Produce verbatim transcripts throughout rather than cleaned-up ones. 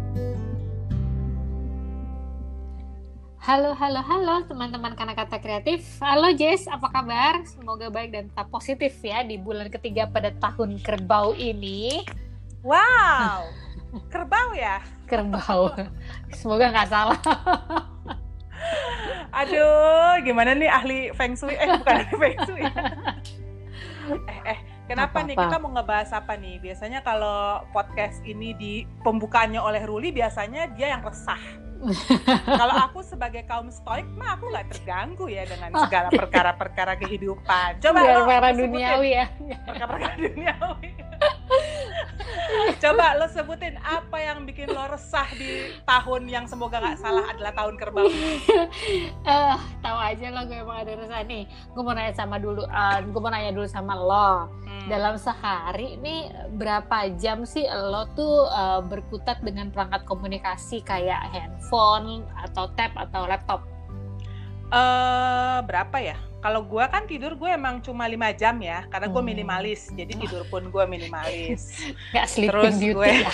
Halo, halo, halo teman-teman Kanakata Kreatif. Halo Jess, apa kabar? Semoga baik dan tetap positif ya di bulan ketiga pada tahun kerbau ini. Wow, kerbau ya? Kerbau, semoga nggak salah. Aduh, gimana nih ahli Feng Shui? Eh, bukan ahli Feng Shui. eh, eh, kenapa Apa-apa. nih? Kita mau ngebahas apa nih? Biasanya kalau podcast ini di pembukaannya oleh Ruli, biasanya dia yang resah. Kalau aku sebagai kaum stoik mah aku nggak terganggu ya dengan segala perkara-perkara kehidupan. Coba lo Perkara sebutin duniawi ya. perkara-perkara duniawi. Coba lo sebutin apa yang bikin lo resah di tahun yang semoga nggak salah adalah tahun kerbau. Eh, tahu aja lo gue emang ada urusan nih. Gue mau nanya sama dulu, uh, gue mau nanya dulu sama lo. Hmm. Dalam sehari nih berapa jam sih lo tuh uh, berkutat dengan perangkat komunikasi kayak handphone atau tab atau laptop? Eh berapa ya? Kalau gue kan tidur gue emang cuma lima jam ya, karena gue Hmm. minimalis, jadi tidur pun gue minimalis. Gak sleeping Terus beauty gue, ya?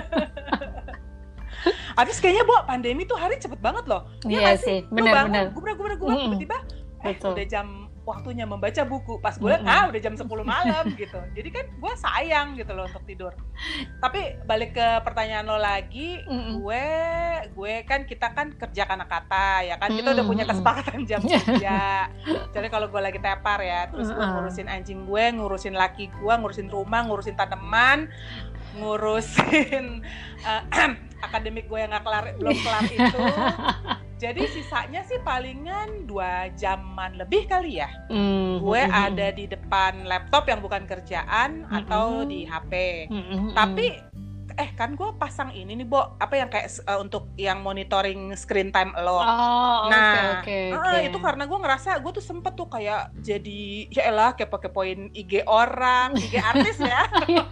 habis kayaknya bu pandemi tuh hari cepet banget loh. Iya nggak sih, Lu benar-benar. bangun, gubrak gubrak gubrak, Mm-mm. tiba-tiba eh Betul. udah jam waktunya membaca buku. Pas gue liat, Mm-mm. ah udah jam sepuluh malam gitu. Jadi kan gue sayang gitu loh untuk tidur. Tapi balik ke pertanyaan lo lagi, Mm-mm. gue gue kan kita kan kerja Kanakata ya kan, kita udah punya Mm-mm. kesepakatan jam kerja. Jadi kalau gue lagi tepar ya, terus gue Mm-mm. ngurusin anjing gue, ngurusin laki gue, ngurusin rumah, ngurusin tanaman, ngurusin eh, akademik gue yang nggak kelar, belum kelar itu. Jadi sisanya sih palingan dua jaman lebih kali ya. Mm-mm. Gue ada di depan laptop yang bukan kerjaan Mm-mm. atau di H P. Mm-mm. Tapi eh kan gue pasang ini nih Bo, apa yang kayak uh, untuk yang monitoring screen time lo. Oh, Nah, oke, oke, ah, oke. itu karena gue ngerasa gue tuh sempet tuh kayak jadi ya elah kepo-kepoin I G orang, I G artis ya.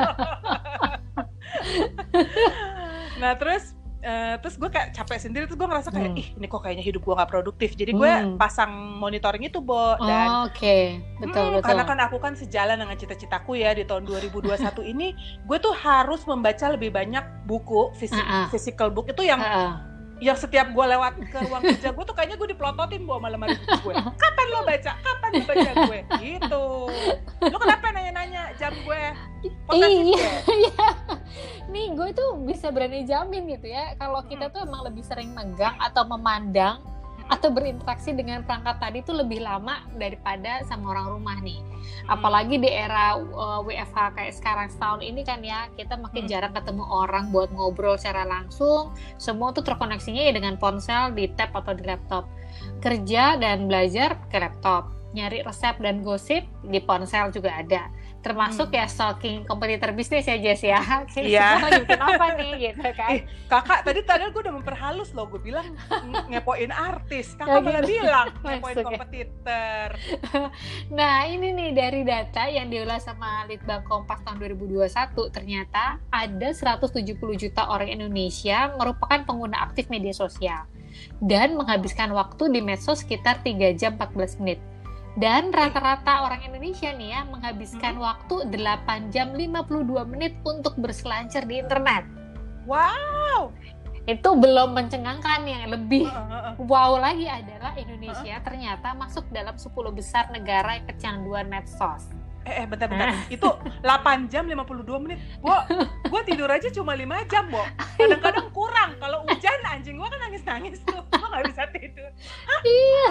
Nah terus Uh, terus gue kayak capek sendiri, terus gue ngerasa kayak Hmm. ih ini kok kayaknya hidup gue nggak produktif, jadi gue Hmm. pasang monitoring itu Bo. Dan Oh, oke, betul, Hmm, betul. karena kan aku kan sejalan dengan cita-citaku ya di tahun dua ribu dua puluh satu ini, gue tuh harus membaca lebih banyak buku, fisik, Uh-uh. physical book itu yang Heeh. yang setiap gue lewat ke ruang kerja gue tuh kayaknya gue dipelototin bawa malam-malam gue. Kapan lo baca? Kapan lo baca gue? Gitu. Lo kenapa nanya-nanya jam gue? Posesif Iya, gue? iya. Nih gue tuh bisa berani jamin gitu ya, kalau kita tuh emang lebih sering megang atau memandang atau berinteraksi dengan perangkat tadi tuh lebih lama daripada sama orang rumah nih. Apalagi di era uh, W F H kayak sekarang setahun ini kan ya, kita makin Hmm. jarang ketemu orang buat ngobrol secara langsung. Semua tuh terkoneksinya ya dengan ponsel, di tab atau di laptop. Kerja dan belajar ke laptop. Nyari resep dan gosip di ponsel juga ada. Termasuk Hmm. ya stalking kompetitor bisnis ya Jess ya. Kayak Iya. semua lagi bikin apa nih gitu kan. Ih, kakak tadi tadi gue udah memperhalus loh, gue bilang ng- ngepoin artis, Ya, kakak malah gitu. bilang ngepoin Masuk ya. kompetitor. Nah ini nih dari data yang diulas sama Litbang Kompas tahun dua ribu dua puluh satu, ternyata ada seratus tujuh puluh juta orang Indonesia merupakan pengguna aktif media sosial dan menghabiskan waktu di medsos sekitar tiga jam empat belas menit. Dan rata-rata orang Indonesia nih ya menghabiskan Hmm. waktu delapan jam lima puluh dua menit untuk berselancar di internet. Wow. Itu belum mencengangkan, yang lebih Uh, uh, uh. wow lagi adalah Indonesia ternyata masuk dalam sepuluh besar negara yang kecanduan medsos. Eh, eh bentar-bentar, itu delapan jam lima puluh dua menit. Bo, gue tidur aja cuma lima jam, Bo. Kadang-kadang kurang. Kalau hujan, anjing gue kan nangis-nangis tuh. Gue gak bisa tidur. Iya.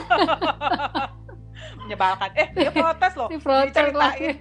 Menyebalkan. Eh, dia protes loh. Diprotes Diceritain.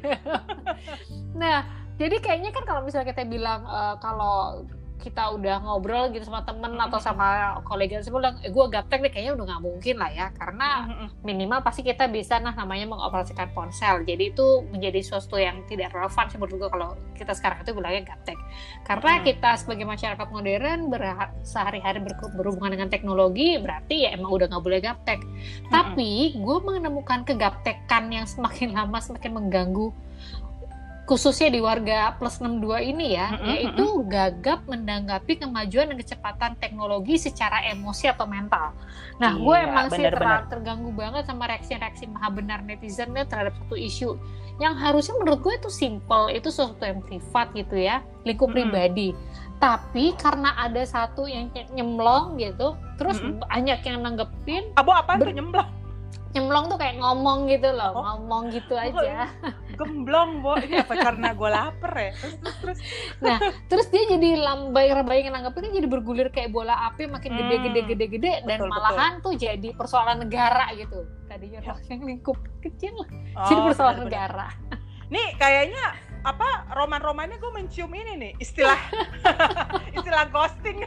Nah, jadi kayaknya kan kalau misalnya kita bilang uh, kalau kita udah ngobrol gitu sama temen Mm-mm. atau sama kolega, saya bilang, eh, gue gaptek nih, kayaknya udah nggak mungkin lah ya, karena Mm-mm. minimal pasti kita bisa nah namanya mengoperasikan ponsel. Jadi itu menjadi sesuatu yang tidak relevan sih menurut gue kalau kita sekarang itu bilangnya gaptek. Karena Hmm. kita sebagai masyarakat modern ber- sehari-hari ber- berhubungan dengan teknologi, berarti ya emang udah nggak boleh gaptek. Tapi gue menemukan kegaptekan yang semakin lama semakin mengganggu, khususnya di warga plus enam puluh dua ini ya, Mm-mm, yaitu gagap menanggapi kemajuan dan kecepatan teknologi secara emosi atau mental. Nah, gue Iya, emang sih benar-benar. ter- terganggu banget sama reaksi-reaksi maha benar netizen terhadap satu isu yang harusnya menurut gue itu simple, itu sesuatu yang privat gitu ya, lingkup Mm-mm. pribadi. Tapi karena ada satu yang nyemplong gitu, terus Mm-mm. banyak yang nanggepin. Abo apa Ber- tuh nyemplong? Nyemplong tuh kayak ngomong gitu loh, Oh. ngomong gitu Oh, aja. Gemblong, Bo. Ini apa karena gue lapar ya? Terus terus terus. Nah, terus dia jadi lambai-lambai yang nanggepin kan jadi bergulir kayak bola api makin Hmm, gede-gede-gede-gede dan betul, malahan tuh jadi persoalan negara gitu. Tadinya Ya. roh yang lingkup kecil Oh, jadi persoalan benar-benar. negara. Nih kayaknya apa roman-romannya gue mencium ini nih istilah istilah ghosting.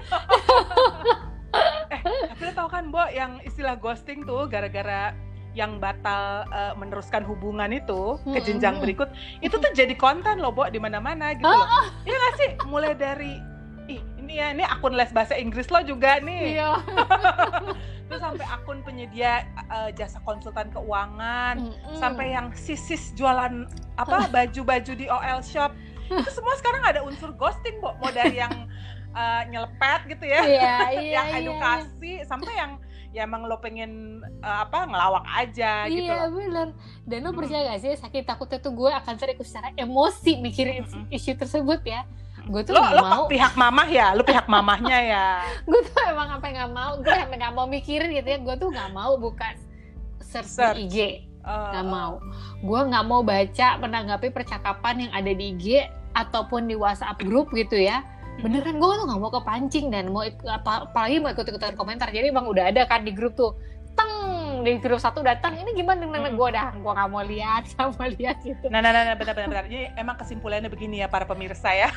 eh tapi lo tau kan Bo yang istilah ghosting tuh gara-gara yang batal uh, meneruskan hubungan itu ke Hmm, jenjang hmm. berikut itu tuh jadi konten loh Bo di mana-mana gitu loh. Iya nggak sih mulai dari ih ini ya ini akun les bahasa Inggris lo juga nih. Iya. Terus sampai akun penyedia uh, jasa konsultan keuangan. Mm-mm. Sampai yang sisis jualan apa baju-baju di O L shop itu semua sekarang ada unsur ghosting, Bo. Mau dari yang uh, nyelepet gitu ya, Iya, iya, yang iya, edukasi sampai yang ya emang lo pengen uh, apa ngelawak aja gitu Iya loh. bener. Dan lo Mm-mm. percaya gak sih saking takutnya tuh gue akan sering secara emosi mikirin Mm-mm. isu tersebut ya. Gue tuh Lo gak lo mau. pihak mamah ya, lo pihak mamahnya ya. Gue tuh emang sampai nggak mau. Gue sampai nggak mau mikirin gitu ya. Gue tuh nggak mau buka search, Search. di I G. Uh, Nggak mau. Gue nggak mau baca menanggapi percakapan yang ada di I G ataupun di WhatsApp grup gitu ya. Beneran gue tuh nggak mau kepancing dan mau ik- apa, apalagi mau ikut-ikutan komentar. Jadi emang udah ada kan di grup tuh. Teng di grup satu datang. Ini gimana dengan Mm. gue dah? Gue nggak mau lihat, nggak mau lihat gitu. Nah, nah, nah, nah, benar, benar, benar. Ini emang kesimpulannya begini ya para pemirsa ya.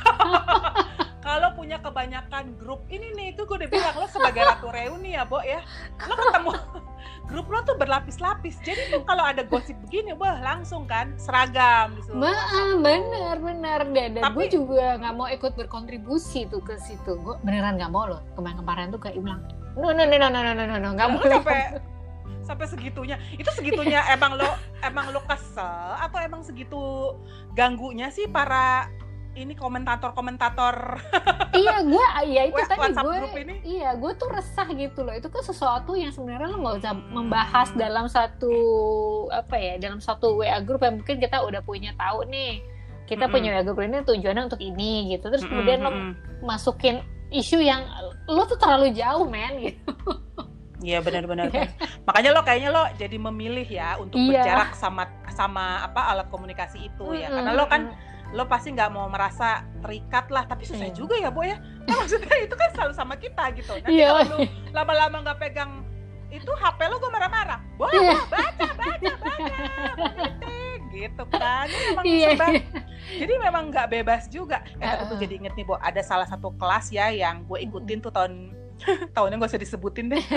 Kalau punya kebanyakan grup ini nih, itu gue udah bilang lo sebagai ratu reuni ya, Bo ya. Lo ketemu grup lo tuh berlapis-lapis. Jadi tuh kalau ada gosip begini, wah langsung kan seragam di seluruh Ma, WhatsApp lo. bener bener dan, dan Tapi- gue juga nggak mau ikut berkontribusi tuh ke situ. Gue beneran nggak mau loh. Kemarin-kemarin tuh kayak bilang, no no no no no no no no no nggak Lo boleh. sampai sampai segitunya. Itu segitunya emang lo emang lo kesel atau emang segitu ganggunya sih para ini komentator-komentator Iya gue, iya itu Wah, tadi WhatsApp gue, grup ini. iya gue tuh resah gitu loh. Itu kan sesuatu yang sebenarnya lo nggak usah membahas dalam satu apa ya, dalam satu W A group yang mungkin kita udah punya tahu nih. Kita Mm-mm. punya W A group ini tujuannya untuk ini gitu. Terus kemudian lo Mm-mm. masukin isu yang lo tuh terlalu jauh men gitu. Iya benar-benar. Makanya lo kayaknya lo jadi memilih ya untuk Iya. berjarak sama sama apa alat komunikasi itu ya. Karena lo kan lo pasti nggak mau merasa terikat lah. Tapi susah Iya. juga ya, Bo ya. Nah, maksudnya itu kan selalu sama kita gitu. Nanti Iya. kalau lo lama-lama nggak pegang itu H P lo gue marah-marah. Bo, Iya. Bo, baca, baca, baca, meeting gitu kan. Ini memang Iya, serba- iya. Jadi memang nggak bebas juga. Eh, tapi gue Uh-uh. jadi inget nih, Bo, ada salah satu kelas ya yang gue ikutin tuh tahun tahunnya gak usah disebutin deh.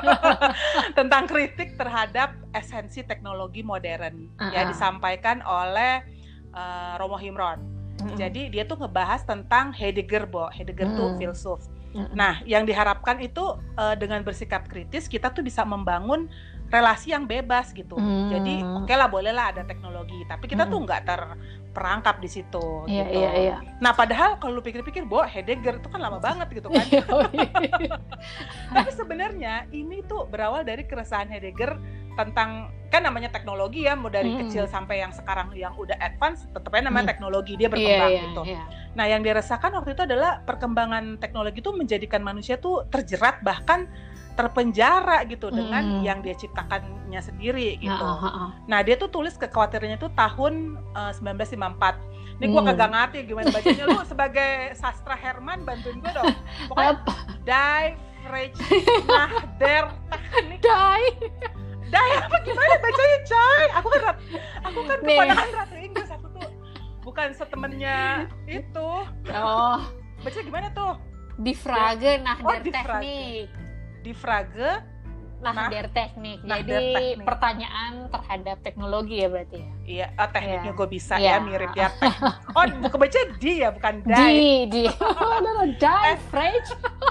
Tentang kritik terhadap esensi teknologi modern ya Uh-uh. disampaikan oleh uh, Romo Himron. Mm-mm. Jadi dia tuh ngebahas tentang Heidegger, Bo. Heidegger tuh Mm. filsuf. Mm-mm. Nah, yang diharapkan itu uh, dengan bersikap kritis kita tuh bisa membangun relasi yang bebas gitu. Mm. Jadi oke lah bolehlah ada teknologi, tapi kita tuh Mm-mm. nggak terperangkap di situ. Iya, gitu. iya, iya. Nah, padahal kalau lu pikir-pikir, Bo, Heidegger itu kan lama banget gitu kan. Iya, iya. Tapi sebenarnya ini tuh berawal dari keresahan Heidegger tentang kan namanya teknologi ya, mau dari Mm. kecil sampai yang sekarang yang udah advance, tetapnya namanya Mm. teknologi, dia Iya, berkembang iya, gitu. iya. Nah, yang dirasakan waktu itu adalah perkembangan teknologi itu menjadikan manusia tuh terjerat bahkan terpenjara gitu dengan Mm. yang dia ciptakannya sendiri gitu. Heeh, heeh. Nah, dia tuh tulis kekhawatirannya tuh tahun uh, sembilan belas lima puluh empat. Ini gue Hmm. kagak ngerti gimana bacanya. Lu sebagai sastra Herman bantuin gue dong. Pokoknya Apa? Die Frege nah der Technik. Dai. Die apa gimana bacanya, coy? Aku kan rat- aku kan Nih. keponakan Ratu Inggris, aku tuh bukan setemennya itu. Oh, Bacanya gimana tuh? die Frage nach Oh, der die Frage. Technik. Die Frage Nach Nach- der Technik. nach Jadi der Technik. pertanyaan terhadap teknologi ya berarti ya. Iya, oh, tekniknya Iya. gue bisa Iya. ya, mirip ya. Teh- Oh, bukan baca di ya, bukan die. Di, di. Oh, no, no, die Eh. Frage.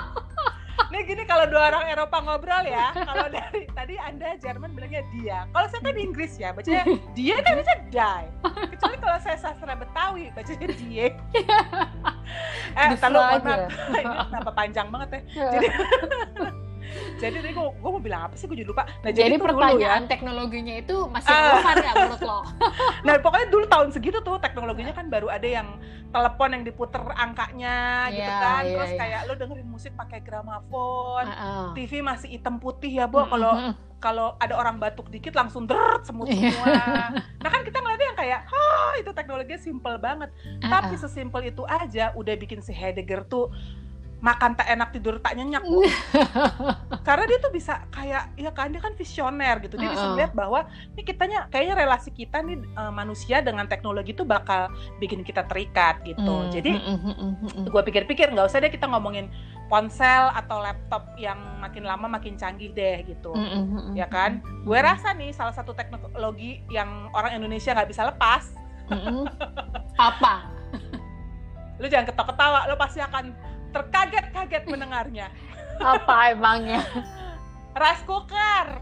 Nih gini kalau dua orang Eropa ngobrol ya, kalau dari tadi Anda Jerman bilangnya dia. Kalau saya kan Inggris ya, bacanya dia kan bisa die. Kecuali kalau saya sastra Betawi, bacanya die. eh, Die tahu mohon Frage. maaf. Ini kenapa panjang banget ya. Jadi Jadi tadi gue gue mau bilang apa sih, gue jadi lupa. Nah, jadi jadi tuh dulu pertanyaan ya. teknologinya itu masih relevan ya menurut lo? Nah pokoknya dulu tahun segitu tuh teknologinya kan baru ada yang telepon yang diputer angkanya gitu Iya, kan. iya, Terus iya. kayak lo dengerin musik pakai gramafon. Uh-uh. T V masih hitam putih ya, Bo. Kalau Mm-mm. kalau ada orang batuk dikit langsung deret semut semua. Nah kan kita ngeliatnya yang kayak, "Hah, itu teknologinya simple banget." Uh-uh. Tapi sesimpel itu aja udah bikin si Heidegger tuh makan tak enak tidur tak nyenyak, Bu. Karena dia tuh bisa kayak, ya kan dia kan visioner gitu. Dia bisa Uh-uh. melihat bahwa ini kitanya kayaknya relasi kita nih uh, manusia dengan teknologi itu bakal bikin kita terikat gitu. Mm, Jadi mm, mm, mm, mm. gue pikir-pikir nggak usah deh kita ngomongin ponsel atau laptop yang makin lama makin canggih deh gitu. Mm, mm, mm, Ya kan? mm, Gue mm. rasa nih salah satu teknologi yang orang Indonesia nggak bisa lepas. Mm-mm. Apa? Lu jangan ketawa-ketawa, lu pasti akan terkaget-kaget mendengarnya. Apa emangnya? Rice cooker.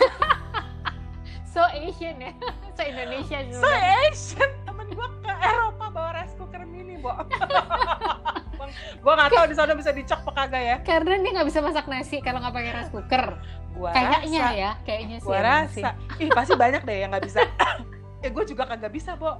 So Asian ya, so Indonesia juga. So Asian. Temen gue ke Eropa bawa rice cooker mini, Bo. Gue nggak tahu di sana bisa dicok apa kagak ya. Karena dia nggak bisa masak nasi kalau nggak pakai rice cooker. Gua Kayaknya rasa, ya, kayaknya sih. Gua emang rasa. Ih pasti banyak deh yang nggak bisa. Ya gue juga kagak bisa, Bo.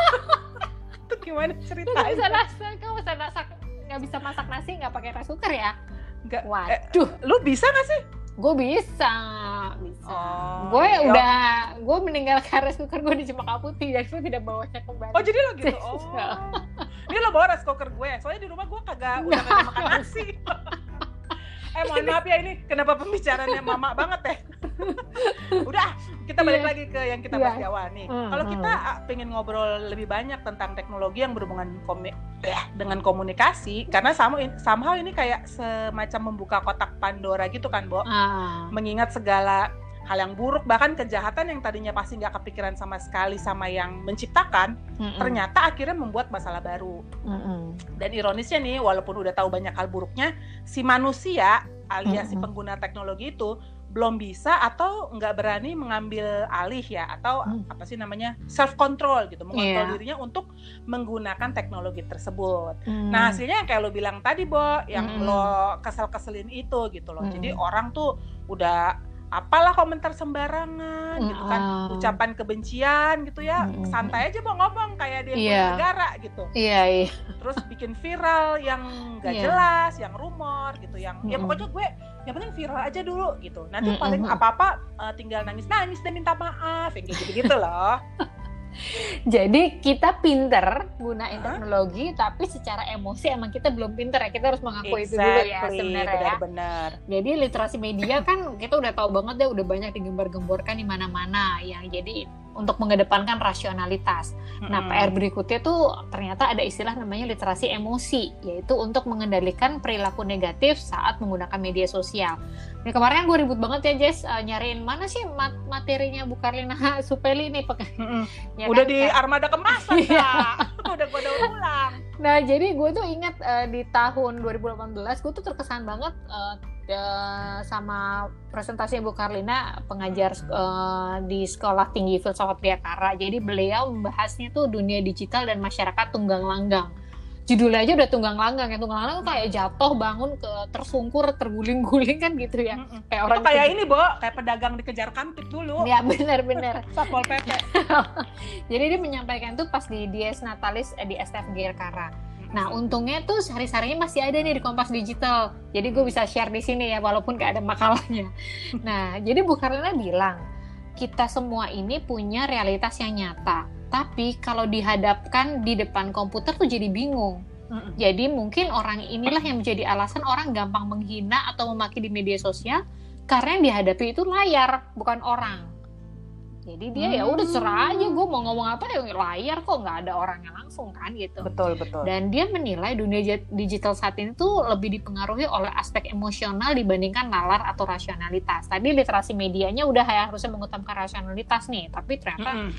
Itu gimana Lu nggak ceritanya? bisa masak, kamu bisa masak, nggak bisa masak nasi nggak pakai rice cooker ya? Nggak. Eh, Waduh, lu bisa nggak sih? gue bisa, bisa. Oh, gue ya. udah, gue meninggalkan rice cooker gue di Cempaka Putih dan gue tidak bawanya kembali. Oh jadi lo gitu? Oh. Ini lo bawa rice cooker gue, soalnya di rumah gue kagak udah kagak makan nasi. Eh mohon maaf ya, ini kenapa pembicaraannya mama banget ya? Udah, kita balik Iya. lagi ke yang kita Iya. bahas di awal nih. Hmm, Kalau hmm. kita ah, pengen ngobrol lebih banyak tentang teknologi yang berhubungan komi- eh, dengan komunikasi, karena sama somehow ini kayak semacam membuka kotak Pandora gitu kan, Bo. Ah. Mengingat segala hal yang buruk, bahkan kejahatan yang tadinya pasti nggak kepikiran sama sekali sama yang menciptakan, Mm-mm. ternyata akhirnya membuat masalah baru. Mm-mm. Dan ironisnya nih, walaupun udah tahu banyak hal buruknya, si manusia alias si Mm-mm. pengguna teknologi itu belum bisa atau nggak berani mengambil alih ya, atau Mm. apa sih namanya, self control gitu, mengontrol Iya. dirinya untuk menggunakan teknologi tersebut. Mm. Nah hasilnya yang kayak lo bilang tadi, Bo, yang Mm-mm. lo kesel-keselin itu gitu loh. Mm-mm. Jadi orang tuh udah apalah komentar sembarangan gitu kan, Mm-mm. ucapan kebencian gitu ya, Mm-mm. santai aja Bo ngomong kayak dia Iya. punya negara gitu. Iya, iya. Terus bikin viral yang nggak Iya. jelas, yang rumor gitu, yang ya Mm-mm. pokoknya gue yang penting viral aja dulu gitu. Nanti Mm-mm. paling apa-apa uh, tinggal nangis-nangis dan minta maaf, yang kayak gitu-gitu loh. Jadi kita pinter gunain Hah? teknologi, tapi secara emosi emang kita belum pinter ya. Kita harus mengakui itu dulu ya sebenarnya ya. benar-benar. Jadi literasi media kan kita udah tahu banget ya, udah banyak digembar-gemborkan di mana-mana ya. Jadi untuk mengedepankan rasionalitas. Nah, P R berikutnya tuh ternyata ada istilah namanya literasi emosi, yaitu untuk mengendalikan perilaku negatif saat menggunakan media sosial. Ini kemarin kan gue ribut banget ya, Jess, uh, nyariin mana sih mat- materinya Bu Karlina Supeli nih. Mm-mm. Ya Udah kan? di armada kemasan Iya. Kak. Udah gue daur ulang. Nah, jadi gue tuh ingat uh, di tahun dua ribu delapan belas gue tuh terkesan banget uh, uh, sama presentasi Bu Karlina, pengajar uh, di Sekolah Tinggi Filsafat Bhiakara. Jadi beliau membahasnya tuh dunia digital dan masyarakat tunggang langgang. Judulnya aja udah tunggang langgang ya. Tunggang langgang tuh kayak jatuh, bangun, ke tersungkur, terguling-guling kan gitu ya. Mm-mm. Kayak Itu orang kayak dikejar- ini, Bo, kayak pedagang dikejar kamtip dulu. Ya benar-benar. Satpol P P. Jadi dia menyampaikan tuh pas di Dies Natalis eh, di S T F Bhiakara. Nah, untungnya tuh sehari-harinya masih ada nih di Kompas Digital. Jadi gue bisa share di sini ya, walaupun gak ada makalahnya. Nah, jadi Bu Karlina bilang, kita semua ini punya realitas yang nyata. Tapi kalau dihadapkan di depan komputer tuh jadi bingung. Mm-mm. Jadi mungkin orang inilah yang menjadi alasan orang gampang menghina atau memaki di media sosial, karena yang dihadapi itu layar, bukan orang. Jadi dia ya udah serah aja, gue mau ngomong apa ya layar kok, nggak ada orangnya langsung kan gitu. Betul, betul. Dan dia menilai dunia j- digital saat ini tuh lebih dipengaruhi oleh aspek emosional dibandingkan nalar atau rasionalitas. Tadi literasi medianya udah ya, harusnya mengutamakan rasionalitas nih, tapi ternyata Mm-mm.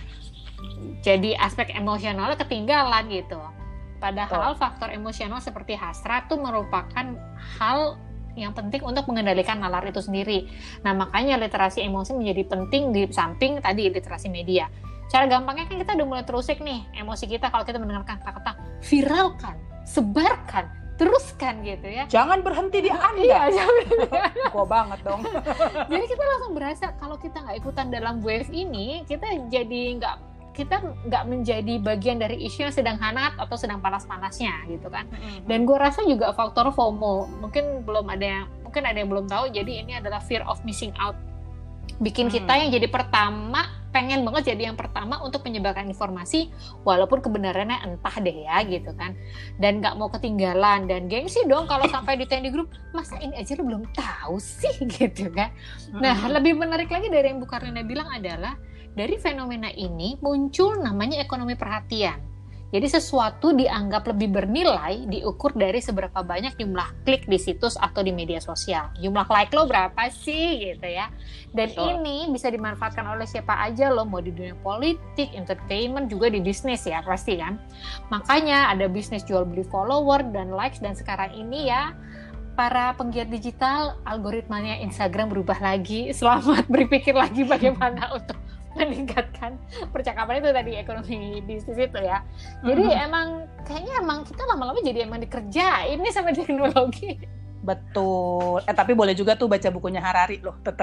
jadi aspek emosionalnya ketinggalan gitu. Padahal faktor emosional seperti hasrat tuh merupakan hal yang penting untuk mengendalikan nalar itu sendiri. Nah, makanya literasi emosi menjadi penting di samping tadi literasi media. Cara gampangnya kan kita udah mulai terusik nih emosi kita kalau kita mendengarkan kata-kata viralkan, sebarkan, teruskan gitu ya. Jangan berhenti di Anda. Iya, jangan berhenti di Anda. Gue banget dong. Jadi kita langsung berasa kalau kita nggak ikutan dalam wave ini, kita jadi nggak kita nggak menjadi bagian dari isu yang sedang hangat atau sedang panas-panasnya gitu kan. Mm-hmm. Dan gue rasa juga faktor FOMO, mungkin belum ada yang mungkin ada yang belum tahu. Jadi ini adalah fear of missing out, bikin hmm. kita yang jadi pertama, pengen banget jadi yang pertama untuk menyebarkan informasi walaupun kebenarannya entah deh ya gitu kan, dan nggak mau ketinggalan dan gengsi dong kalau sampai ditanya di grup, masa ini aja lu belum tahu sih gitu kan. Nah hmm. lebih menarik lagi dari yang Bu Karlina bilang adalah dari fenomena ini muncul namanya ekonomi perhatian. Jadi sesuatu dianggap lebih bernilai diukur dari seberapa banyak jumlah klik di situs atau di media sosial. Jumlah like lo berapa sih gitu ya. Dan Betul. Ini bisa dimanfaatkan oleh siapa aja lo, mau di dunia politik, entertainment, juga di bisnis ya pasti kan. Makanya ada bisnis jual beli follower dan likes, dan sekarang ini ya para penggiat digital, algoritmanya Instagram berubah lagi. Selamat berpikir lagi bagaimana untuk meningkatkan percakapan itu tadi, ekonomi bisnis itu ya. Jadi mm-hmm. emang kayaknya emang kita lama-lama jadi emang dikerjain nih sama teknologi. Betul. Eh tapi boleh juga tuh baca bukunya Harari loh, tetap.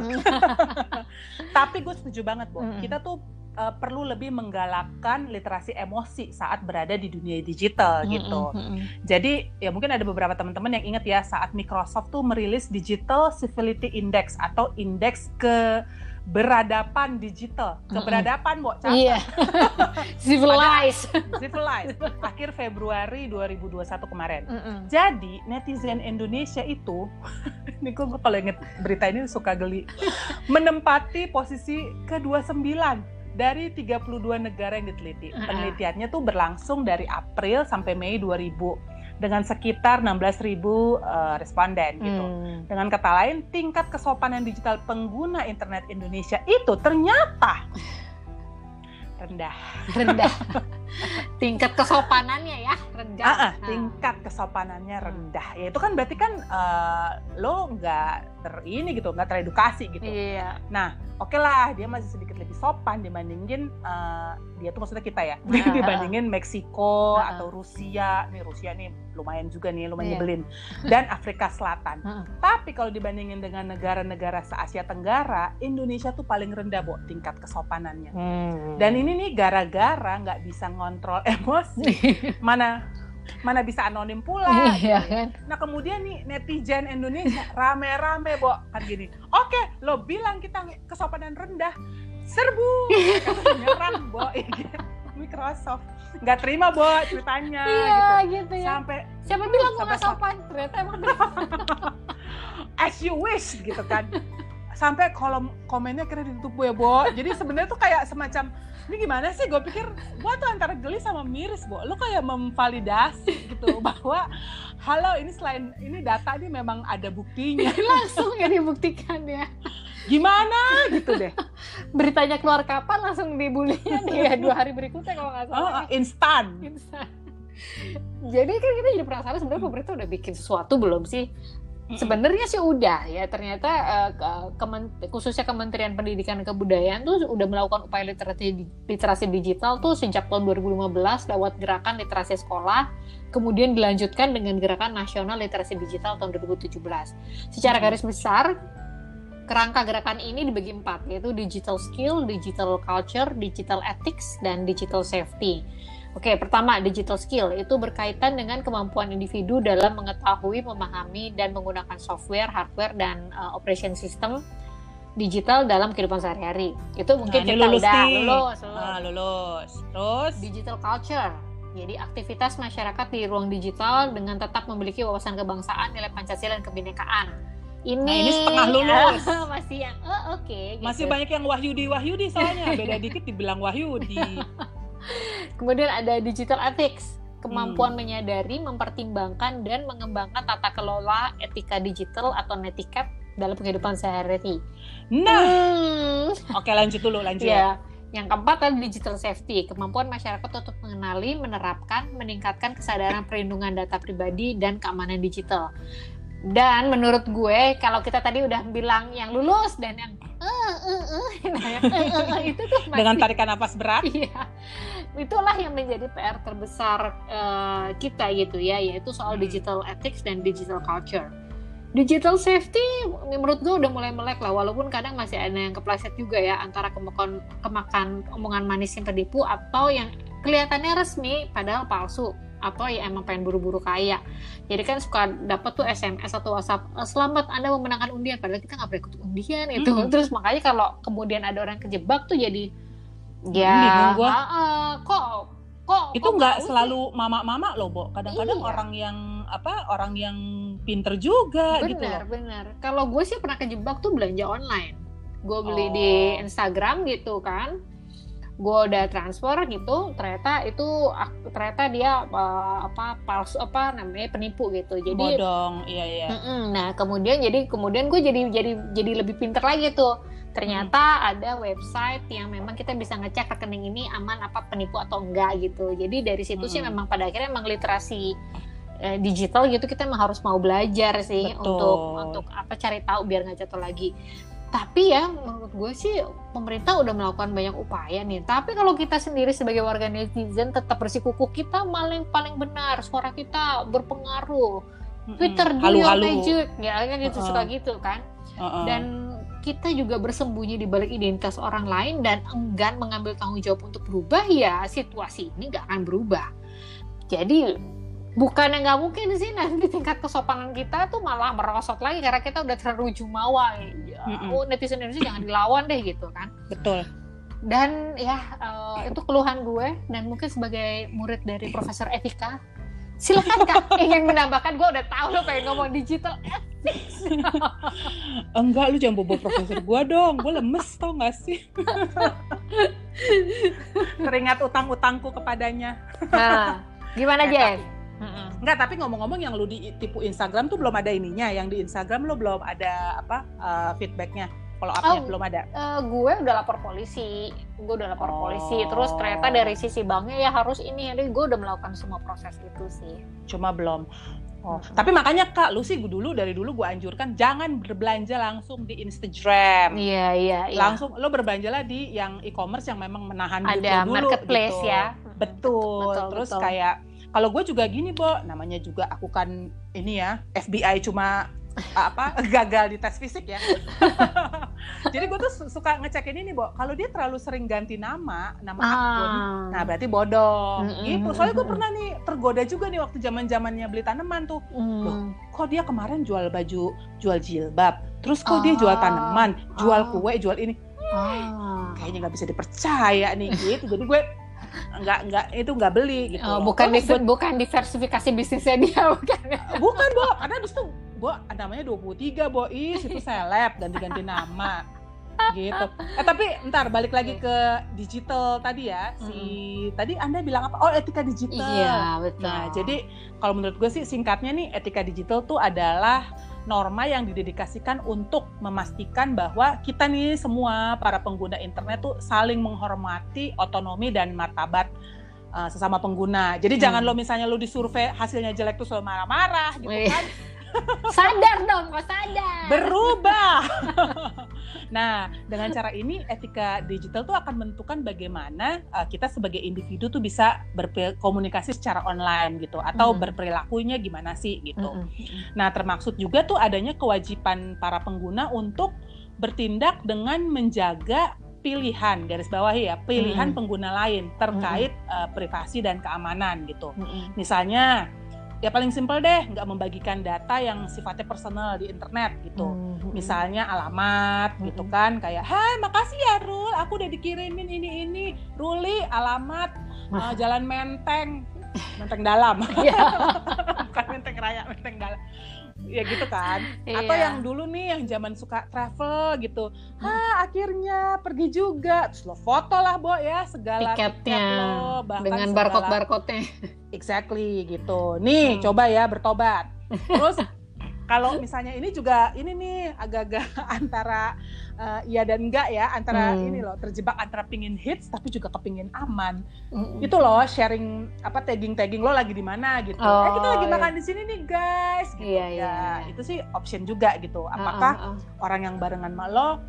Tapi gue setuju banget, Bu. Mm-hmm. Kita tuh uh, perlu lebih menggalakkan literasi emosi saat berada di dunia digital gitu. Mm-hmm. Jadi ya mungkin ada beberapa teman-teman yang ingat ya saat Microsoft tuh merilis Digital Civility Index atau indeks ke beradaban digital, keberadaban, Bo, catat. Iya. Civilized. Civilized. Akhir Februari dua ribu dua puluh satu kemarin. Mm-mm. Jadi netizen Indonesia itu, ini gue kalau inget berita ini suka geli, menempati posisi ke dua puluh sembilan dari tiga puluh dua negara yang diteliti. Uh-uh. Penelitiannya tuh berlangsung dari April sampai Mei dua ribu. Dengan sekitar enam belas ribu uh, responden gitu. Hmm. Dengan kata lain, tingkat kesopanan digital pengguna internet Indonesia itu ternyata rendah. Rendah. Tingkat kesopanannya ya rendah. Uh-uh, nah. Tingkat kesopanannya rendah. Ya itu kan berarti kan uh, lo nggak ter ini gitu, nggak teredukasi gitu. Iya. Nah, oke okay lah, dia masih sedikit lebih sopan dibandingin uh, dia tuh maksudnya kita ya, uh-huh. dibandingin Meksiko uh-huh. atau Rusia. Nih Rusia nih lumayan juga nih, lumayan yeah. nyebelin. Dan Afrika Selatan. Uh-huh. Tapi kalau dibandingin dengan negara-negara se-Asia Tenggara, Indonesia tuh paling rendah, Bo, tingkat kesopanannya. Hmm. Dan ini nih gara-gara nggak bisa ngontrol emosi. Mana mana bisa anonim pula. Iya, kan? Nah kemudian nih netizen Indonesia rame-rame, Bo, kan gini. Oke, lo bilang kita kesopanan rendah, serbu, nyerang, Bo. Microsoft nggak terima, Bo, ceritanya. Iya, gitu. gitu ya. Sampai siapa bilang gue nggak sopan? Ternyata emang as you wish gitu kan. Sampai kolom komennya kira ditutup, ya, Bo. Jadi sebenarnya tuh kayak semacam, ini gimana sih? Gue pikir gue tuh antara geli sama miris, Bo. Lo kayak memvalidasi gitu bahwa halo, ini selain ini data ini memang ada buktinya. Langsung ya dibuktikan ya. Gimana gitu deh. Beritanya keluar kapan langsung dibulinya dia dua hari berikutnya kalau nggak salah. Oh, instan. Instan. Jadi kan kita jadi penasaran sebenarnya pemerintah udah bikin sesuatu belum sih? Sebenarnya sih udah ya, ternyata uh, kemen- khususnya Kementerian Pendidikan dan Kebudayaan tuh udah melakukan upaya literasi literasi digital tuh sejak tahun dua ribu lima belas lewat gerakan literasi sekolah, kemudian dilanjutkan dengan gerakan nasional literasi digital tahun dua ribu tujuh belas. Secara garis besar, kerangka gerakan ini dibagi empat, yaitu digital skill, digital culture, digital ethics, dan digital safety. Oke, pertama, digital skill itu berkaitan dengan kemampuan individu dalam mengetahui, memahami, dan menggunakan software, hardware, dan uh, operation system digital dalam kehidupan sehari-hari. Itu mungkin nah, kita lulus udah nih. lulus. Ah, lulus. Terus? Digital culture. Jadi aktivitas masyarakat di ruang digital dengan tetap memiliki wawasan kebangsaan, nilai Pancasila, dan kebinekaan. Ini, nah, ini setengah lulus. Masih yang, oh, oke. Okay, gitu. Masih banyak yang Wahyudi-Wahyudi soalnya. Beda dikit dibilang Wahyudi. Kemudian ada digital ethics, kemampuan hmm. menyadari, mempertimbangkan, dan mengembangkan tata kelola etika digital atau netiquette dalam kehidupan sehari-hari. Nah, hmm. oke lanjut dulu, lanjut. Ya. Yang keempat adalah digital safety, kemampuan masyarakat untuk mengenali, menerapkan, meningkatkan kesadaran perlindungan data pribadi dan keamanan digital. Dan menurut gue, kalau kita tadi udah bilang yang lulus dan yang eh eh eh nah yang eh eh eh itu tuh masih, dengan tarikan napas berat. Iya, itulah yang menjadi P R terbesar uh, kita gitu ya, yaitu soal Hmm. digital ethics dan digital culture. Digital safety menurut gue udah mulai melek lah, walaupun kadang masih ada yang kepleset juga ya, antara kemakan, kemakan omongan manis yang tertipu atau yang kelihatannya resmi padahal palsu, atau ya emang pengen buru-buru kaya. Jadi kan suka dapat tuh S M S atau WhatsApp, selamat Anda memenangkan undian, padahal kita nggak pernah ikut undian itu. Mm-hmm. Terus makanya kalau kemudian ada orang kejebak tuh jadi ya bingung gua. uh, uh, kok kok Itu kok nggak tahu selalu mama-mama loh, Bo. Kadang-kadang Iya. orang yang apa orang yang pinter juga sih? gitu loh. Benar, benar. Kalau gue sih pernah kejebak tuh belanja online. Gue beli Oh. di Instagram gitu kan. Gue udah transfer gitu, ternyata itu ak- ternyata dia uh, apa palsu apa namanya penipu gitu. Jadi Bodong, iya iya. mm-mm. Nah kemudian jadi kemudian gue jadi jadi jadi lebih pinter lagi tuh. Ternyata Hmm. ada website yang memang kita bisa ngecek rekening ini aman apa penipu atau enggak gitu. Jadi dari situ sih Hmm. memang pada akhirnya memang literasi eh, digital gitu kita memang harus mau belajar sih. Betul. untuk untuk apa cari tahu biar nggak jatuh lagi. Tapi ya menurut gue sih pemerintah udah melakukan banyak upaya nih. Tapi kalau kita sendiri sebagai warga netizen tetap bersikukuh, kita paling paling benar, suara kita berpengaruh. Mm-mm. Twitter do your Halu-halu. magic, ya kan gitu Uh-uh. suka gitu kan. Uh-uh. Dan kita juga bersembunyi di balik identitas orang lain dan enggan mengambil tanggung jawab untuk berubah, ya situasi ini nggak akan berubah. Jadi bukannya nggak mungkin sih nanti tingkat kesopanan kita tuh malah merosot lagi karena kita udah terlalu jumawa. Ya, Mm-mm. oh, netizen Indonesia jangan dilawan deh gitu kan. Betul. Dan ya eh, itu keluhan gue, dan mungkin sebagai murid dari Profesor Etika, silakan Kak ingin menambahkan. Gue udah tahu lo pengen ngomong digital ethics. Enggak, lu jangan bobo profesor gua dong. Gua lemes tau gak sih? Teringat utang-utangku kepadanya. Nah, gimana Eh, Jen? Enggak, tapi ngomong-ngomong yang lu ditipu Instagram tuh belum ada ininya. Yang di Instagram lu belum ada apa uh, feedbacknya. Follow up-nya Oh. belum ada. Uh, gue udah lapor polisi, gue udah lapor Oh. polisi. Terus ternyata dari sisi banknya ya harus ini, jadi gue udah melakukan semua proses itu sih. Cuma belum. Oh, Hmm. tapi makanya Kak, lu sih dulu dari dulu gue anjurkan jangan berbelanja langsung di Instagram. Iya iya iya. Langsung lo berbelanjalah di yang e-commerce yang memang menahan duit Ada lo dulu marketplace gitu. ya. Betul. Betul, Terus betul. kayak kalau gue juga gini, Bo, namanya juga aku kan ini ya, F B I cuma apa gagal di tes fisik ya. Jadi gue tuh su- suka ngecekin ini, Bo. Kalau dia terlalu sering ganti nama, nama akun, Ah. nah berarti bodong. Mm-mm. Gitu. Soalnya gue pernah nih tergoda juga nih waktu zaman-zamannya beli tanaman tuh. Hmm. Kok dia kemarin jual baju, jual jilbab, terus kok dia Ah. jual tanaman, jual Ah. kue, jual ini, Ah. kayaknya nggak bisa dipercaya nih gitu. Jadi gue nggak nggak itu nggak beli gitu. Oh, loh. bukan Terus di, bukan diversifikasi bisnisnya dia, bukan. gue- bukan, Bo, karena abis itu Bo namanya dua puluh tiga, Bo, is itu seleb ganti-ganti nama gitu. Eh tapi ntar balik lagi ke digital tadi ya. Si tadi Anda bilang apa? Oh, etika digital. Iya betul. Nah, jadi kalau menurut gue sih singkatnya nih, etika digital tuh adalah norma yang didedikasikan untuk memastikan bahwa kita nih semua para pengguna internet tuh saling menghormati otonomi dan martabat uh, sesama pengguna. Jadi Hmm. jangan lo misalnya lo disurvei hasilnya jelek tuh lo marah-marah gitu Iya. kan. Sadar dong, kok sadar. Berubah. Nah, dengan cara ini etika digital tuh akan menentukan bagaimana uh, kita sebagai individu tuh bisa berkomunikasi secara online gitu, atau Mm. berperilakunya gimana sih gitu. Mm-mm. Nah, termaksud juga tuh adanya kewajiban para pengguna untuk bertindak dengan menjaga pilihan, garis bawahi ya, pilihan Mm. pengguna lain terkait uh, privasi dan keamanan gitu. Mm-mm. Misalnya, ya paling simpel deh, nggak membagikan data yang sifatnya personal di internet gitu. Mm-mm. Misalnya alamat gitu Mm-mm. kan, kayak hai makasih ya Rul, aku udah dikirimin ini ini Ruli alamat uh, Jalan Menteng, Menteng Dalam. Iya. Bukan Menteng Raya, Menteng Dalam. Ya gitu kan. Iya. Atau yang dulu nih yang zaman suka travel gitu. Ha, akhirnya pergi juga. Terus lo foto lah, Bo, ya segala Tiketnya tiket lo, bahkan dengan segala- barcode-barcode-nya. Exactly gitu. Nih, Hmm. coba ya bertobat. Terus kalau misalnya ini juga ini nih agak-agak antara uh, iya dan enggak ya, antara Hmm. ini loh, terjebak antara pingin hits tapi juga kepingin aman. Mm-mm. Itu loh, sharing apa tagging-tagging lo lagi di mana gitu. Oh, eh kita lagi iya. makan di sini nih guys gitu. Iya, Ya, iya, iya. itu sih option juga gitu. Apakah Ah, ah, ah. orang yang barengan sama lo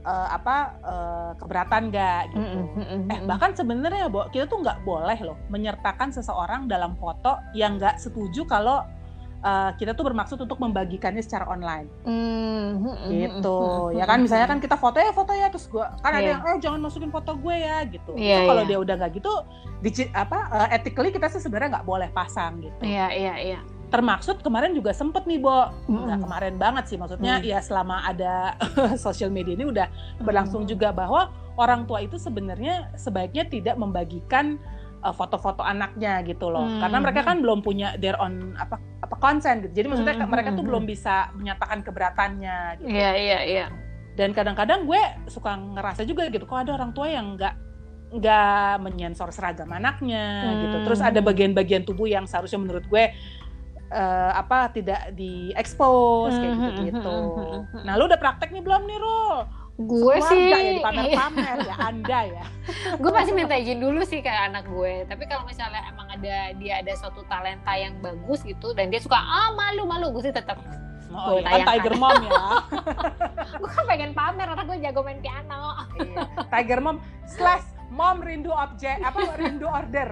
uh, apa uh, keberatan nggak gitu. Mm-mm, mm-mm. Eh bahkan sebenarnya Bo, kita tuh nggak boleh loh menyertakan seseorang dalam foto yang nggak setuju kalau uh, kita tuh bermaksud untuk membagikannya secara online. Mm-hmm. Gitu ya kan, misalnya kan kita foto ya foto ya terus gue kan ada Yeah. yang eh jangan masukin foto gue ya gitu. Yeah, Itu kalau yeah. dia udah nggak gitu, di, apa uh, ethically kita sih sebenarnya nggak boleh pasang gitu. Iya iya iya. Termaksud kemarin juga sempet nih Bo, nggak Mm-mm. kemarin banget sih maksudnya Mm. ya selama ada sosial media ini udah berlangsung Mm. juga bahwa orang tua itu sebenarnya sebaiknya tidak membagikan uh, foto-foto anaknya gitu loh, Mm. karena mereka kan belum punya their own apa apa konsen gitu, jadi maksudnya Mm. mereka tuh Mm. belum bisa menyatakan keberatannya gitu. Iya iya iya. Dan kadang-kadang gue suka ngerasa juga gitu, kok ada orang tua yang nggak nggak menyensor seragam anaknya Hmm. gitu. Terus ada bagian-bagian tubuh yang seharusnya menurut gue uh, apa tidak di-expose kayak Hmm, gitu-gitu. hmm, hmm, hmm, hmm. Nah, lu udah praktek nih belum nih, Rul? Gue Keluarga sih ya dipamer-pamer ya Anda ya. gue pasti minta izin dulu sih ke anak gue. Tapi kalau misalnya emang ada dia ada suatu talenta yang bagus gitu dan dia suka ah malu malu, gue sih tetap Oh, gue iya, kan tayangkan. Tiger Mom ya. Gue kan pengen pamer karena gue jago main piano. Iya. Tiger Mom slash Mom rindu objek apa rindu order.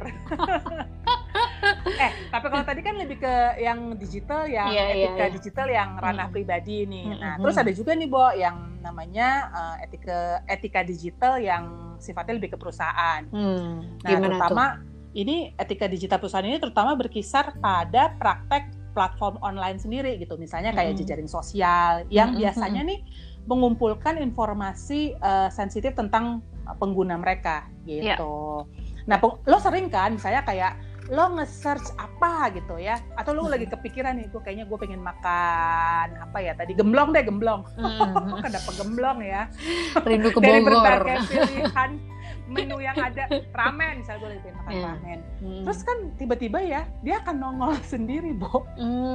eh tapi kalau tadi kan lebih ke yang digital, yang Iya, iya, etika iya. digital yang ranah Mm. pribadi nih. Mm, Nah mm, terus mm. ada juga nih Bo yang namanya uh, etika etika digital yang sifatnya lebih ke perusahaan. Hmm, Nah gimana terutama tuh? ini etika digital perusahaan ini terutama berkisar pada praktek platform online sendiri gitu. Misalnya kayak Mm. jejaring sosial yang Mm, mm, biasanya nih mengumpulkan informasi uh, sensitif tentang uh, pengguna mereka gitu. Iya. Nah, peng- lo sering kan misalnya kayak lo nge-search apa gitu ya, atau lo lagi kepikiran nih, gue kayaknya gue pengen makan apa ya tadi, gemblong deh gemblong. Hmm, Kenapa gemblong ya? rindu ke Dari Bogor. berbagai pilihan menu yang ada, ramen misalnya gue lagi pengen makan Iya. ramen. Hmm. Terus kan tiba-tiba ya dia akan nongol sendiri Bo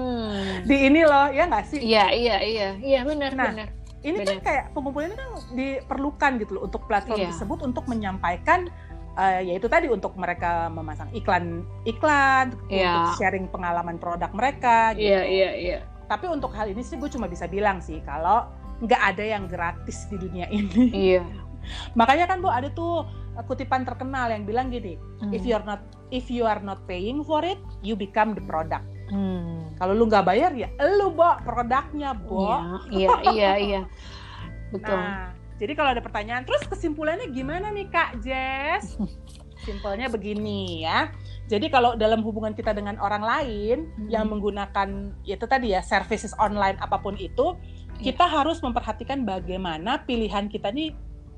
Hmm. di ini loh ya nggak sih? Iya iya iya iya benar Nah, benar. Ini benar. kan kayak pengumpulan ini kan diperlukan gitu loh untuk platform Iya. tersebut untuk menyampaikan uh, yaitu tadi untuk mereka memasang iklan iklan Iya. untuk sharing pengalaman produk mereka gitu. Iya iya iya. Tapi untuk hal ini sih gue cuma bisa bilang sih kalau nggak ada yang gratis di dunia ini. Iya. Makanya kan Bu ada tuh uh, kutipan terkenal yang bilang gini, Hmm. if you are not if you are not paying for it, you become the product. Hmm. Kalau lu nggak bayar ya lu Bo produknya Bo. Iya iya iya. Betul. Nah, jadi kalau ada pertanyaan, terus kesimpulannya gimana nih Kak Jess? Simpelnya begini ya. Jadi kalau dalam hubungan kita dengan orang lain Hmm. yang menggunakan itu tadi ya services online apapun itu, Iya. kita harus memperhatikan bagaimana pilihan kita nih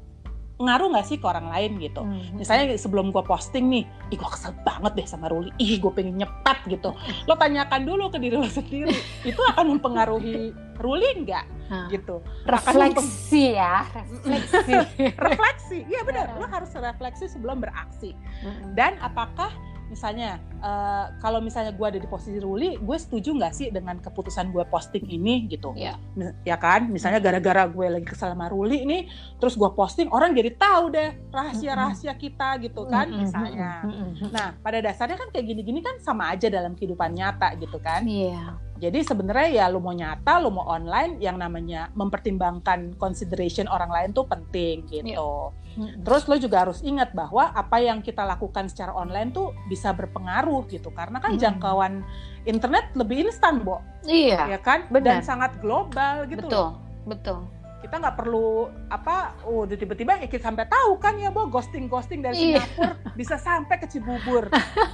ngaruh nggak sih ke orang lain gitu. Hmm. Misalnya sebelum gue posting nih, ih gue kesel banget deh sama Ruli, ih gue pengen nyepet gitu. Lo tanyakan dulu ke diri lo sendiri, itu akan mempengaruhi Ruli nggak? Nah, Gitu. refleksi ya, refleksi. Refleksi, iya benar. Lo harus refleksi sebelum beraksi. Dan apakah misalnya uh, kalau misalnya gue ada di posisi Ruli, gue setuju nggak sih dengan keputusan gue posting ini gitu? Iya. Ya kan, misalnya gara-gara gue lagi kesal sama Ruli nih, terus gue posting, orang jadi tahu deh rahasia-rahasia kita gitu kan, misalnya. Nah, pada dasarnya kan kayak gini-gini kan sama aja dalam kehidupan nyata gitu kan. Iya. Jadi sebenarnya ya lu mau nyata, lu mau online, yang namanya mempertimbangkan consideration orang lain tuh penting gitu. Mm. Terus lo juga harus ingat bahwa apa yang kita lakukan secara online tuh bisa berpengaruh gitu. Karena kan Mm. jangkauan internet lebih instan, Bo. Iya. Ya kan? benar. Dan sangat global gitu Betul. loh. Betul. Kita nggak perlu apa, oh tiba-tiba ya kita sampai tahu kan ya, Bo, ghosting-ghosting dari Iya. Singapura bisa sampai ke Cibubur.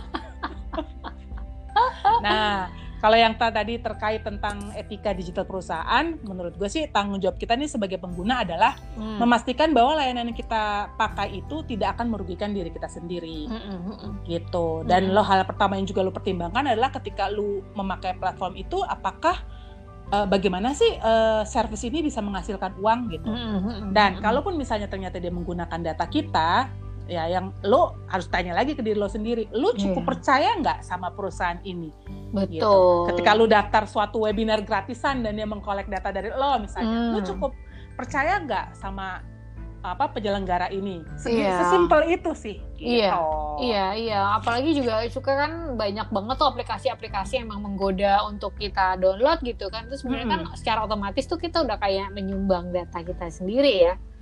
Nah, kalau yang tadi terkait tentang etika digital perusahaan, menurut gue sih tanggung jawab kita nih sebagai pengguna adalah Hmm. memastikan bahwa layanan yang kita pakai itu tidak akan merugikan diri kita sendiri, Mm-mm. gitu. Dan Mm. lo hal pertama yang juga lo pertimbangkan adalah ketika lo memakai platform itu, apakah uh, bagaimana sih uh, service ini bisa menghasilkan uang gitu. Mm-mm. Dan kalaupun misalnya ternyata dia menggunakan data kita, ya yang lo harus tanya lagi ke diri lo sendiri, lo cukup Iya. percaya nggak sama perusahaan ini? Betul. Gitu. Ketika lu daftar suatu webinar gratisan dan dia mengkolek data dari lo misalnya, Hmm. lu cukup percaya nggak sama apa penyelenggara ini? Segi- Iya. Sesimpel itu sih. Gitu. Iya, Iya, iya. Apalagi juga suka kan banyak banget tuh aplikasi-aplikasi yang emang menggoda untuk kita download gitu kan. Terus sebenarnya kan secara otomatis tuh kita udah kayak menyumbang data kita sendiri ya.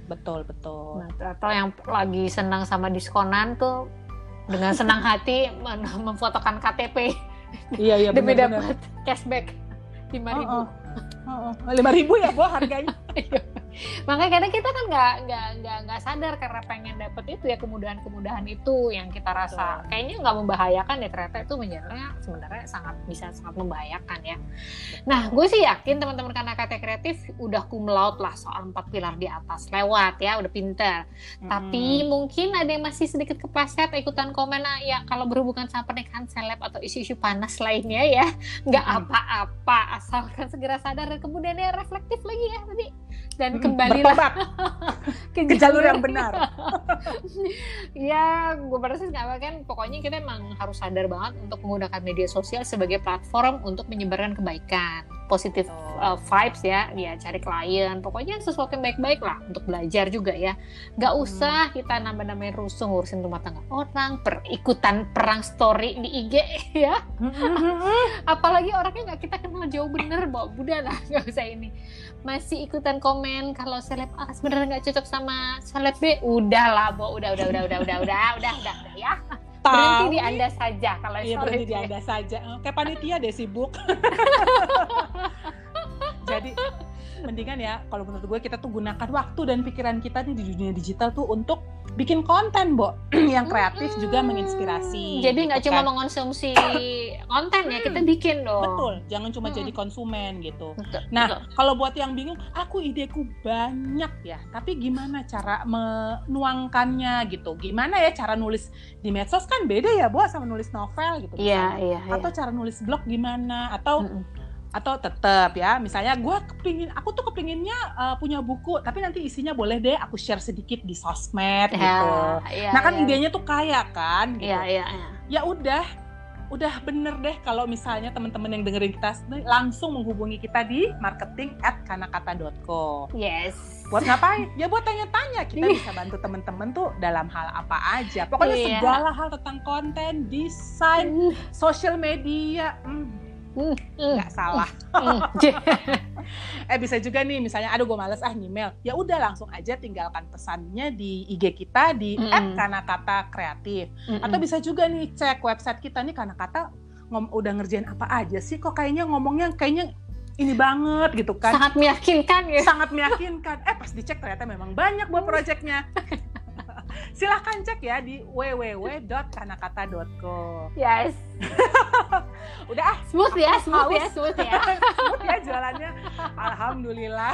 Betul, betul. Nah, atau yang lagi senang sama diskonan tuh dengan senang hati memfotokan K T P Iya, iya, demi benar-benar. dapat cashback lima ribu. Oh, oh. lima ribu ya, Bo, harganya. Makanya kadang kita kan nggak nggak nggak nggak sadar karena pengen dapet itu ya, kemudahan-kemudahan itu yang kita rasa Betul. kayaknya nggak membahayakan ya, ternyata itu sebenarnya sebenarnya sangat bisa sangat membahayakan ya. Nah, gue sih yakin teman-teman K N K T Kreatif udah cum laude lah soal empat pilar di atas, lewat ya, udah pinter. Mm-hmm. Tapi mungkin ada yang masih sedikit kepleset ikutan komen, ah, ya kalau berhubungan sama pernikahan seleb atau isu-isu panas lainnya ya nggak Mm-hmm. apa-apa, asalkan segera sadar dan kemudian ya reflektif lagi ya tadi, dan Mm-hmm. kembalilah ke, ke jalur yang benar. Ya, gue pada sih nggak kan, pokoknya kita emang harus sadar banget untuk menggunakan media sosial sebagai platform untuk menyebarkan kebaikan, positive uh, vibes ya, ya cari klien, pokoknya sesuatu yang baik-baik lah untuk belajar juga ya. Nggak usah kita nambah-nambahin rusuh ngurusin rumah tangga orang, perikutan perang story di I G ya. Apalagi orangnya nggak kita kenal jauh bener, bawa budak lah, nggak usah ini. Masih ikutan komen kalau seleb A sebenarnya nggak cocok sama seleb B, udah lah, Bo, udah udah udah udah udah udah udah udah udah ya. Berhenti di Anda saja kalau Iya, seleb berhenti di B. Anda saja. Kayak panitia deh, sibuk. Jadi mendingan ya, kalau menurut gue kita tuh gunakan waktu dan pikiran kita nih di dunia digital tuh untuk bikin konten, Bo, yang kreatif hmm. juga menginspirasi. Jadi nggak gitu cuma kan. mengonsumsi konten ya, kita bikin dong. Betul, jangan cuma hmm. jadi konsumen gitu. Betul, nah, betul. kalau buat yang bingung, aku ideku banyak ya, tapi gimana cara menuangkannya gitu? Gimana ya cara nulis di medsos, kan beda ya, Bo, sama nulis novel gitu. Iya, iya, Atau iya. cara nulis blog gimana? Atau Mm-mm. atau tetap ya, misalnya gue kepingin, aku tuh kepinginnya uh, punya buku, tapi nanti isinya boleh deh aku share sedikit di sosmed ya, gitu. ya, Nah kan ya. idenya tuh kaya kan gitu. Iya, iya, iya. Ya udah, udah bener deh kalau misalnya teman-teman yang dengerin kita langsung menghubungi kita di marketing at kanakata dot co. Yes. Buat ngapain? Ya buat tanya-tanya, kita bisa bantu teman-teman tuh dalam hal apa aja. Pokoknya Iya. segala hal tentang konten, desain, sosial media. Hmm. Mm, nggak mm, salah. Mm, eh bisa juga nih, misalnya aduh gue males ah email, ya udah langsung aja tinggalkan pesannya di I G kita di Mm-mm. at kanakata kreatif. mm, Atau bisa juga nih cek website kita nih, Kanakata ngom- udah ngerjain apa aja sih, kok kayaknya ngomongnya kayaknya ini banget gitu kan. sangat meyakinkan ya. Sangat meyakinkan. Eh pas dicek ternyata memang banyak buat proyeknya. Silahkan cek ya di w w w dot kanakata dot co. Yes. Udah ah, Smooth ya, aku smooth haus. ya, smooth ya. Smooth ya jualannya. Alhamdulillah.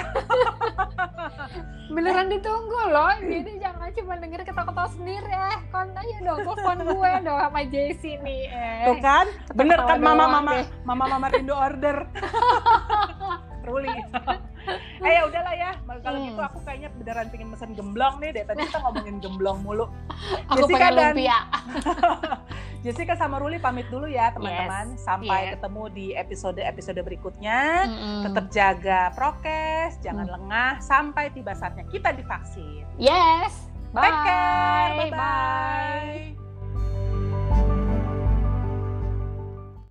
Beneran ditunggu loh. Jadi jangan cuma denger ketawa-ketawa sendiri ya. Konten aja dong, telepon gue dong sama Jessie nih. Eh. Tuh kan, bener kan Ketawa doang mama-mama, deh. mama-mama rindu order. Ruli. Eh ya udahlah ya, kalau Hmm. gitu aku kayaknya beneran pengen mesen gemblong nih, dari tadi kita ngomongin gemblong mulu. Aku Jessica pengen dan- lumpia. Jessica sama Ruli pamit dulu ya teman-teman. Yes. Sampai Yeah. ketemu di episode-episode berikutnya. Mm-mm. Tetap jaga prokes, jangan Mm. lengah sampai tiba saatnya kita divaksin. Yes. Bye. Take care, bye-bye. Bye.